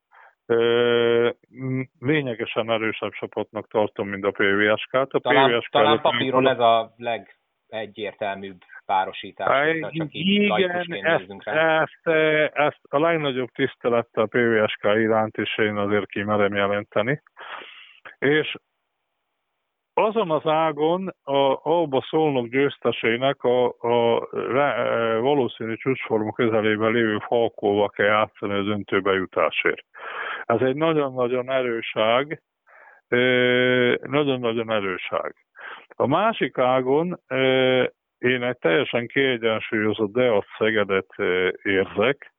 lényegesen erősebb csapatnak tartom, mint a pé vé es ká-t. A talán, pé vé es ká talán papíron ez a legegyértelműbb párosítás, csak így laikusként nézzünk rá. Ezt, ezt a legnagyobb tisztelettel a pé vé es ká iránt is én azért kimerem jelenteni. És azon az ágon a Alba Szolnok győztesének a, a, a valószínű csúcsforma közelében lévő Falkóval kell játszani az döntőbe jutásért. Ez egy nagyon-nagyon erőság, nagyon-nagyon erőság. A másik ágon én egy teljesen kiegyensúlyozott Deac Szegedet érzek,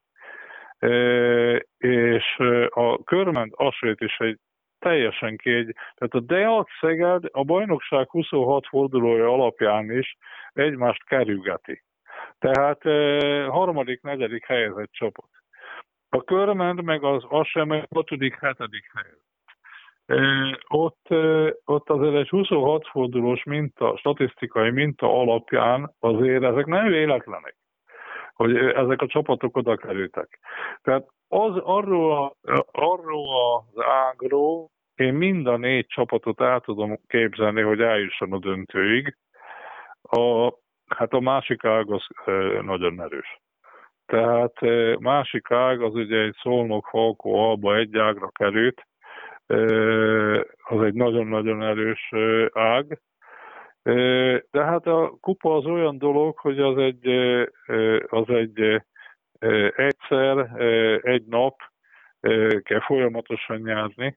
és a Körmend Asrét is egy teljesen kiegy. Tehát a Deac Szeged a bajnokság huszonhat fordulója alapján is egymást kerülgeti. Tehát e, harmadik, negyedik helyezett csapat. A Körmend meg az Asre meg hatodik, hetedik helyezett. E, ott, e, ott azért egy huszonhat fordulós minta, statisztikai minta alapján azért ezek nem véletlenek, hogy ezek a csapatok oda kerültek. Tehát az, arról, a, arról az ágról én mind a négy csapatot el tudom képzelni, hogy eljusson a döntőig. A, hát a másik ág az e, nagyon erős. Tehát e, másik ág az ugye egy Szolnok, Falkó, Alba egy ágra került. az egy nagyon-nagyon erős ág. De hát a kupa az olyan dolog, hogy az egy, az egy egyszer, egy nap kell folyamatosan nyerni.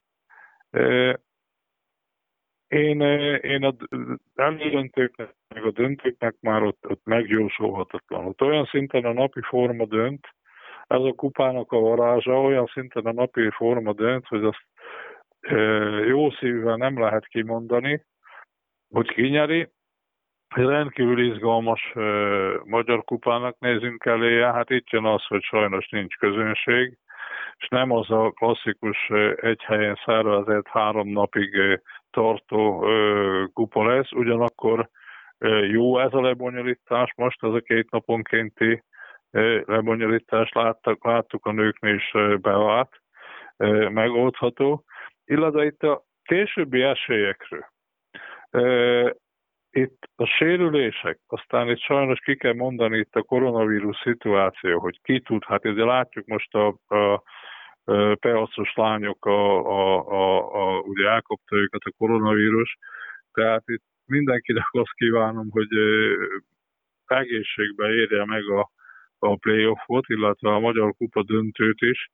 Én, én az elődöntőknek, meg a döntőknek már ott, ott megjósolhatatlan. Ott olyan szinten a napi forma dönt, ez a kupának a varázsa, olyan szinten a napi forma dönt, hogy azt jó szívvel nem lehet kimondani, hogy ki nyeri. Rendkívül izgalmas uh, magyar kupának nézünk eléje, hát itt jön az, hogy sajnos nincs közönség, és nem az a klasszikus uh, egy helyen szervezett három napig uh, tartó uh, kupa lesz, ugyanakkor uh, jó ez a lebonyolítás, most ez a két naponkénti uh, lebonyolítás láttak, láttuk a nőknél is uh, bevált, uh, megoldható, illetve itt a későbbi esélyekről. Uh, Itt a sérülések, aztán itt sajnos ki kell mondani itt a koronavírus szituáció, hogy ki tud, hát ugye látjuk most a, a, a peacos lányok, a, a, a, a, ugye elkapta őket a koronavírus, tehát itt mindenkinek azt kívánom, hogy egészségben érje meg a, a playoffot, illetve a Magyar Kupa döntőt is.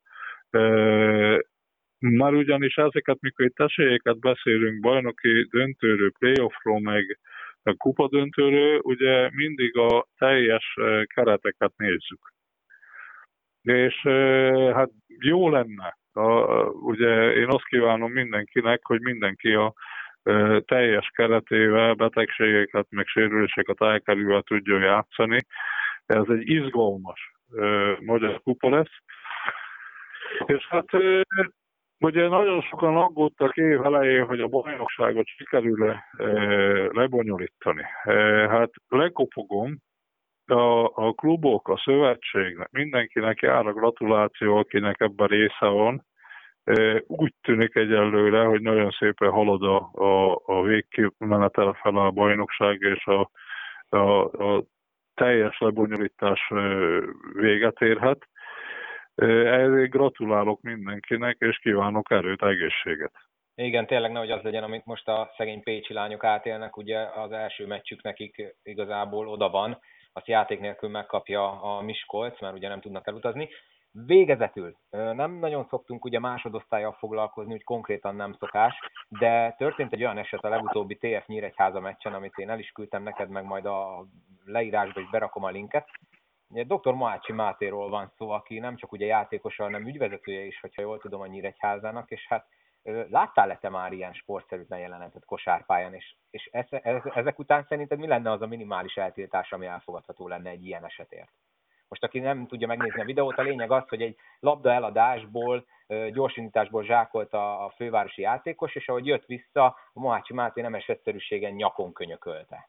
Már ugyanis ezeket, mikor itt esélyeket beszélünk, bajnoki döntőről, playoffról, meg a kupa döntőről, ugye mindig a teljes kereteket nézzük. És hát jó lenne, a, ugye én azt kívánom mindenkinek, hogy mindenki a teljes keretével betegségeket, meg sérüléseket elkerülve tudjon játszani. Ez egy izgalmas magyar kupa lesz. És hát ugye nagyon sokan aggódtak év elején, hogy a bajnokságot sikerül-e e, lebonyolítani. E, hát lekopogom, a, a klubok, a szövetségnek, mindenkinek jár a gratuláció, akinek ebben része van. E, úgy tűnik egyelőre, hogy nagyon szépen halad a, a, a végkimenetele fel a bajnokság, és a, a, a teljes lebonyolítás véget érhet. Ezért gratulálok mindenkinek, és kívánok erőt, egészséget. Igen, tényleg nehogy az legyen, amit most a szegény pécsi lányok átélnek, ugye az első meccsük nekik igazából oda van, azt játék nélkül megkapja a Miskolc, mert ugye nem tudnak elutazni. Végezetül, nem nagyon szoktunk ugye másodosztállyal foglalkozni, úgy konkrétan nem szokás, de történt egy olyan eset a legutóbbi té ef Nyíregyháza meccsen, amit én el is küldtem neked, meg majd a leírásba is berakom a linket. doktor Mohácsi Mátéról van szó, aki nem csak ugye játékosa, hanem ügyvezetője is, hogyha jól tudom, a Nyíregyházának, és hát láttál-e te már ilyen sportszerűtlen jelenetet kosárpályán, és, és ezek után szerinted mi lenne az a minimális eltiltás, ami elfogadható lenne egy ilyen esetért? Most aki nem tudja megnézni a videót, a lényeg az, hogy egy labda eladásból, gyorsindításból zsákolt a, a fővárosi játékos, és ahogy jött vissza, a Mohácsi Máté nemes egyszerűségen nyakon könyökölte.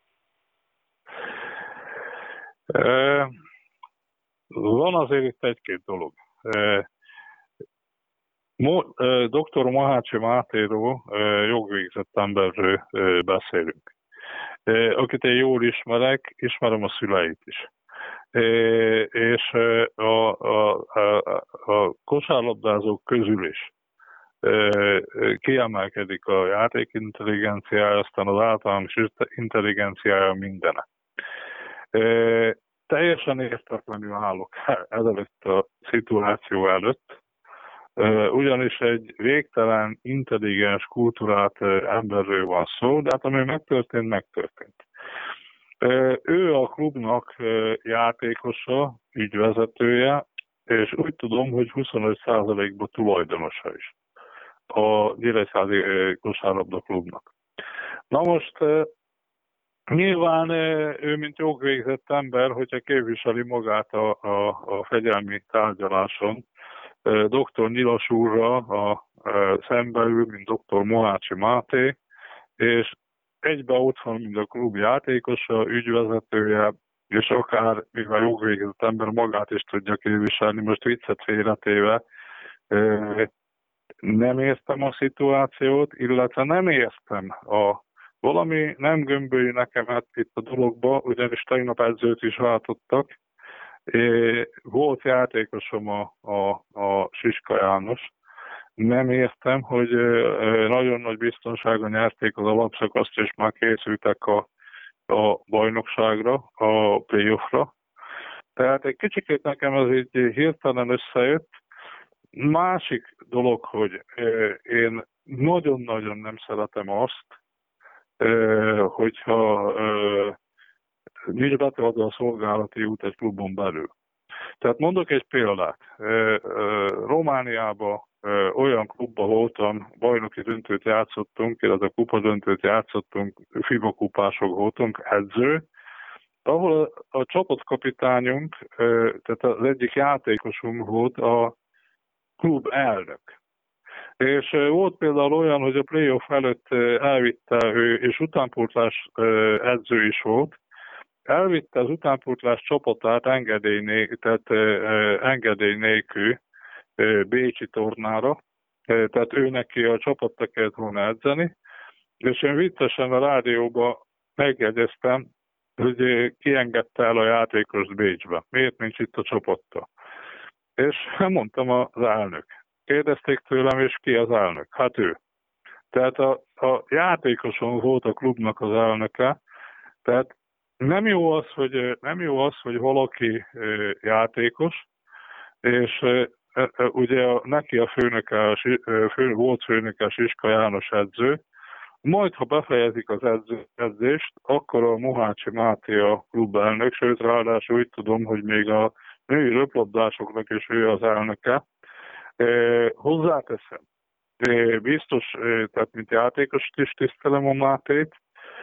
E, van azért itt egy-két dolog. E, Mo, e, doktor Mohácsi Mátéról, e, jogvégzett emberről e, beszélünk. E, akit én jól ismerek, ismerem a szüleit is. És a, a, a, a kosárlabdázók közül is kiemelkedik a játékintelligenciája, aztán az általános intelligenciája mindene. Teljesen értetlenül állok ezelőtt a szituáció előtt, ugyanis egy végtelen, intelligens, kultúrált emberről van szó, de hát ami megtörtént, megtörtént. Ő a klubnak játékosa, ügyvezetője, és úgy tudom, hogy huszonöt százalékban tulajdonosa is a Nyíregyházi kosárlabda klubnak. Na most nyilván ő, mint jogvégzett ember, hogyha képviseli magát a, a, a fegyelmi tárgyaláson, doktor Nyilas úrra a, a szembeül, mint doktor Mohácsi Máté, és egyben ott van, mint a klub játékosa, ügyvezetője, és akár, mivel jogvégzett ember magát is tudja képviselni, most viccet félretéve, nem értem a szituációt, illetve nem értem a valami nem gömbölj nekem hát itt a dologba, ugyanis tegnap edzőt is váltottak. Volt játékosom a, a, a Siska János, Nem értem, hogy nagyon nagy biztonságon nyerték az alapszakaszt, és már készültek a, a bajnokságra, a playoffra. Tehát egy kicsikét nekem ez így hirtelen összejött. Másik dolog, hogy én nagyon-nagyon nem szeretem azt, hogyha nincs betöltve a szolgálati út egy klubon belül. Tehát mondok egy példát. Romániában olyan klubban voltam, bajnoki döntőt játszottunk, illetve kupa döntőt játszottunk, FIBA kupások voltunk, edző, ahol a, a csapatkapitányunk, tehát az egyik játékosunk volt a klub elnök. És volt például olyan, hogy a playoff előtt elvitte ő, és utánpótlás edző is volt, elvitte az utánpótlás csapatát engedély, né- tehát, engedély nélkül bécsi tornára, tehát ő neki a csapatta kellett volna edzeni, és én viccesen a rádióban megjegyeztem, hogy kiengedte el a játékos Bécsbe. Miért nincs itt a csapatta? És mondtam az elnök. Kérdezték tőlem, és ki az elnök? Hát ő. Tehát a, a játékoson volt a klubnak az elnöke, tehát nem jó az, hogy, nem jó az, hogy valaki játékos, és ugye neki a főnöke, fő, volt főnökes Iska János edző, majd, ha befejezik az edzést, akkor a Mohácsi Máté a klubelnök, sőt, ráadásul úgy tudom, hogy még a női röplabdásoknak is ő az elnöke. Hozzáteszem, biztos, tehát mint játékos is tisztelem a Mátét,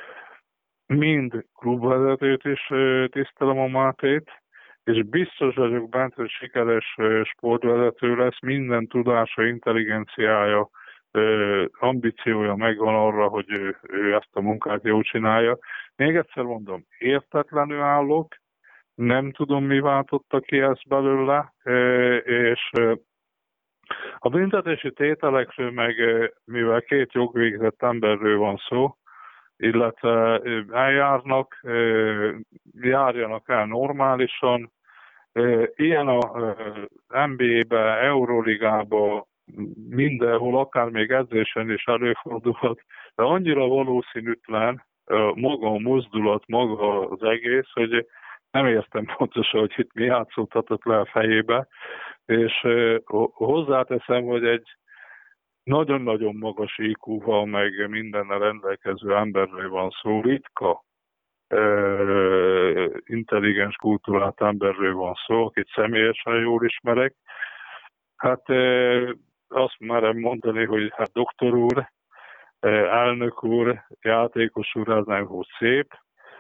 mind klubvezetőt is tisztelem a Mátét, és biztos vagyok bent, hogy sikeres sportvezető lesz, minden tudása, intelligenciája, ambíciója megvan arra, hogy ő, ő ezt a munkát jól csinálja. Még egyszer mondom, értetlenül állok, nem tudom, mi váltotta ki ezt belőle, és a büntetési tételekről meg, mivel két jogvégzett emberről van szó, illetve eljárnak, járjanak el normálisan. Ilyen a en bé á-be, Euróligába, mindenhol, akár még edzésen is előfordulhat, de annyira valószínűtlen maga a mozdulat, maga az egész, hogy nem értem pontosan, hogy itt mi játszódhatott le a fejébe, és hozzáteszem, hogy egy nagyon-nagyon magas í kú-val, meg mindennel rendelkező emberről van szó, ritka, intelligens, kultúrát emberről van szó, akit személyesen jól ismerek. Hát azt merem mondani, hogy hát doktor úr, elnök úr, játékos úr, ez nem volt szép,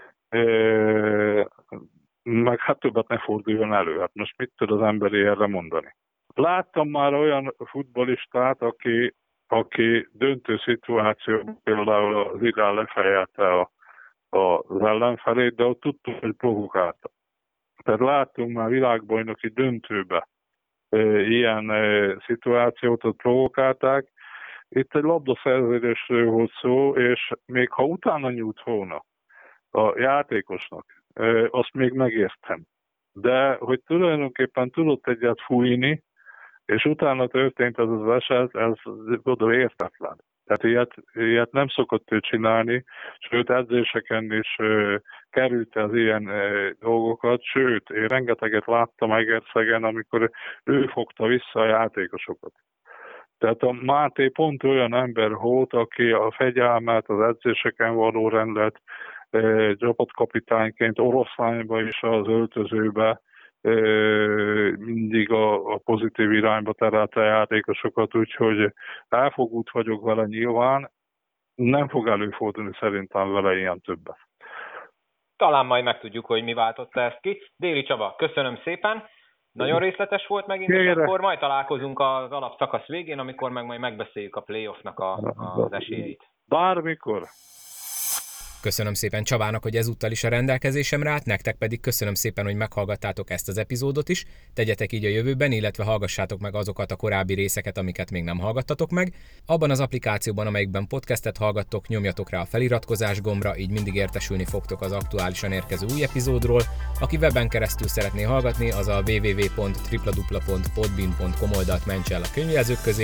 meg hát többet ne forduljon elő. Hát most mit tud az ember erre mondani? Láttam már olyan futballistát, aki, aki döntő szituációban például az Irán lefejelte a, a, az ellenfelét, de ott tudtuk, hogy provokálta. Tehát láttunk már világbajnoki döntőbe e, ilyen e, szituációt, ott provokálták. Itt egy labdaszerződésről volt szó, és még ha utána nyújt volna a játékosnak, e, azt még megértem. De hogy tulajdonképpen tudott egyet fújni, és utána történt ez az eset, ez oda értetlen. Tehát ilyet, ilyet nem szokott ő csinálni, sőt edzéseken is uh, került az ilyen uh, dolgokat, sőt, én rengeteget láttam Egerszegen, amikor ő fogta vissza a játékosokat. Tehát a Máté pont olyan ember volt, aki a fegyelmet, az edzéseken való rendet, uh, csapatkapitányként oroszlányba is az öltözőbe, mindig a, a pozitív irányba terelte játékosokat, úgyhogy elfogult vagyok vele nyilván, nem fog előfordulni szerintem vele ilyen többet. Talán majd megtudjuk, hogy mi váltotta ezt ki. Déri Csaba, köszönöm szépen, nagyon részletes volt megint, és akkor majd találkozunk az alapszakasz végén, amikor meg majd megbeszéljük a playoffnak a, az esélyeit. Bármikor. Köszönöm szépen Csabának, hogy ezúttal is a rendelkezésemre állt, nektek pedig köszönöm szépen, hogy meghallgattátok ezt az epizódot is. Tegyetek így a jövőben, illetve hallgassátok meg azokat a korábbi részeket, amiket még nem hallgattatok meg. Abban az applikációban, amelyikben podcastet hallgattok, nyomjatok rá a feliratkozás gombra, így mindig értesülni fogtok az aktuálisan érkező új epizódról. Aki webben keresztül szeretné hallgatni, az a double-u double-u double-u pont dupla dupla pont podbean pont com oldalt mentse el a könyvjelzők közé,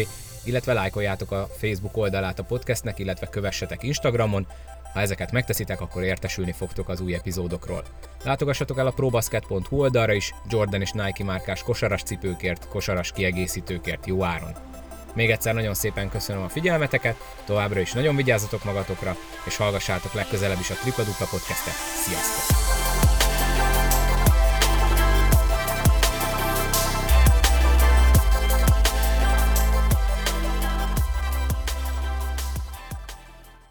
illetve lájkoljátok a Facebook oldalát a podcastnek, illetve kövessetek Instagramon. Ha ezeket megteszitek, akkor értesülni fogtok az új epizódokról. Látogassatok el a probasket pont hu oldalra is, Jordan és Nike márkás kosaras cipőkért, kosaras kiegészítőkért jó áron. Még egyszer nagyon szépen köszönöm a figyelmeteket, továbbra is nagyon vigyázzatok magatokra, és hallgassátok legközelebb is a Tripla Dupla podcastet. Sziasztok!